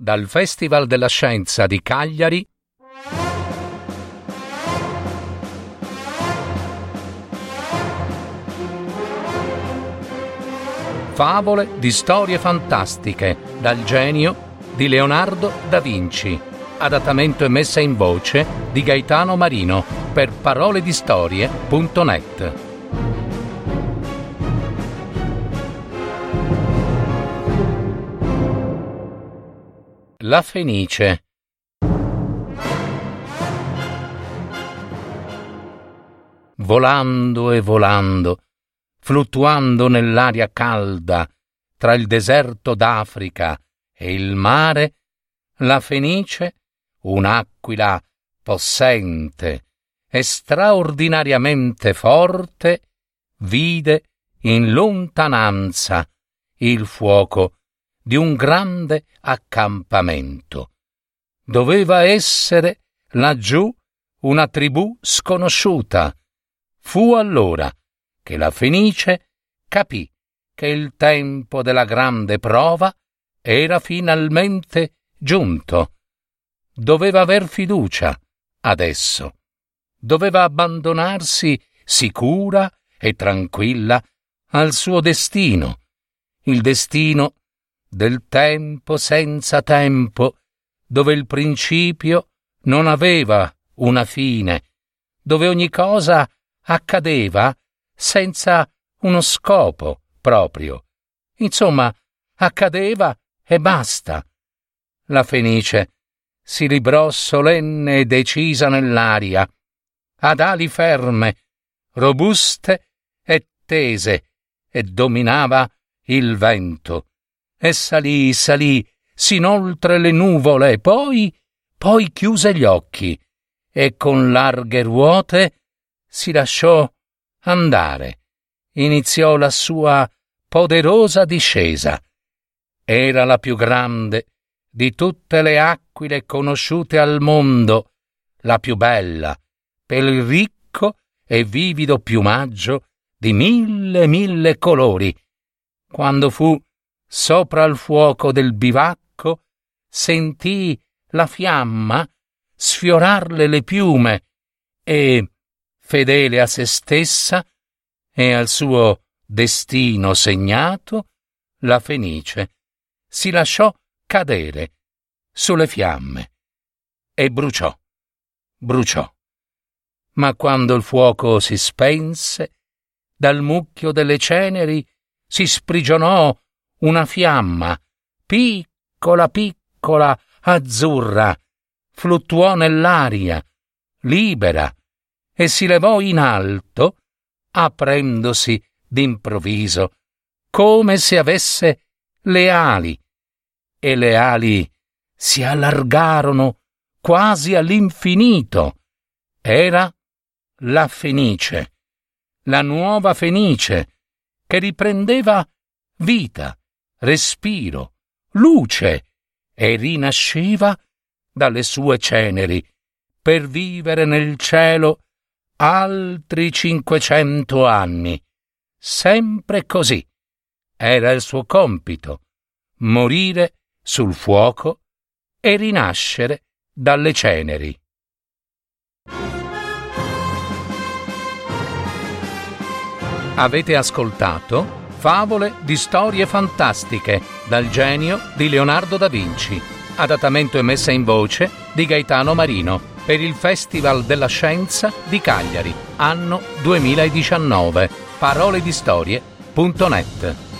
dal Festival della Scienza di Cagliari, Favole di storie fantastiche dal genio di Leonardo da Vinci. Adattamento e messa in voce di Gaetano Marino per paroledistorie.net. La Fenice. Volando e volando, fluttuando nell'aria calda tra il deserto d'Africa e il mare, la Fenice, un'aquila possente e straordinariamente forte, vide in lontananza il fuoco di un grande accampamento. Doveva essere laggiù una tribù sconosciuta. Fu allora che la Fenice capì che il tempo della grande prova era finalmente giunto. Doveva aver fiducia adesso. Doveva abbandonarsi sicura e tranquilla al suo destino, il destino del tempo senza tempo, dove il principio non aveva una fine, dove ogni cosa accadeva senza uno scopo proprio. Insomma, accadeva e basta. La Fenice si librò solenne e decisa nell'aria, ad ali ferme, robuste e tese, e dominava il vento. E salì sin oltre le nuvole, poi chiuse gli occhi e con larghe ruote si lasciò andare. Iniziò la sua poderosa discesa. Era la più grande di tutte le aquile conosciute al mondo, la più bella per il ricco e vivido piumaggio di mille colori. Quando fu sopra il fuoco del bivacco, sentì la fiamma sfiorarle le piume e, fedele a se stessa e al suo destino segnato, la Fenice si lasciò cadere sulle fiamme e bruciò. Ma quando il fuoco si spense, dal mucchio delle ceneri si sprigionò una fiamma, piccola, azzurra, fluttuò nell'aria, libera, e si levò in alto, aprendosi d'improvviso, come se avesse le ali, e le ali si allargarono quasi all'infinito. Era la Fenice, la nuova Fenice, che riprendeva vita, respiro, luce e rinasceva dalle sue ceneri per vivere nel cielo altri 500 anni. Sempre così. Era il suo compito, morire sul fuoco e rinascere dalle ceneri. Avete ascoltato Favole di storie fantastiche dal genio di Leonardo da Vinci. Adattamento e messa in voce di Gaetano Marino per il Festival della Scienza di Cagliari, anno 2019. paroledistorie.net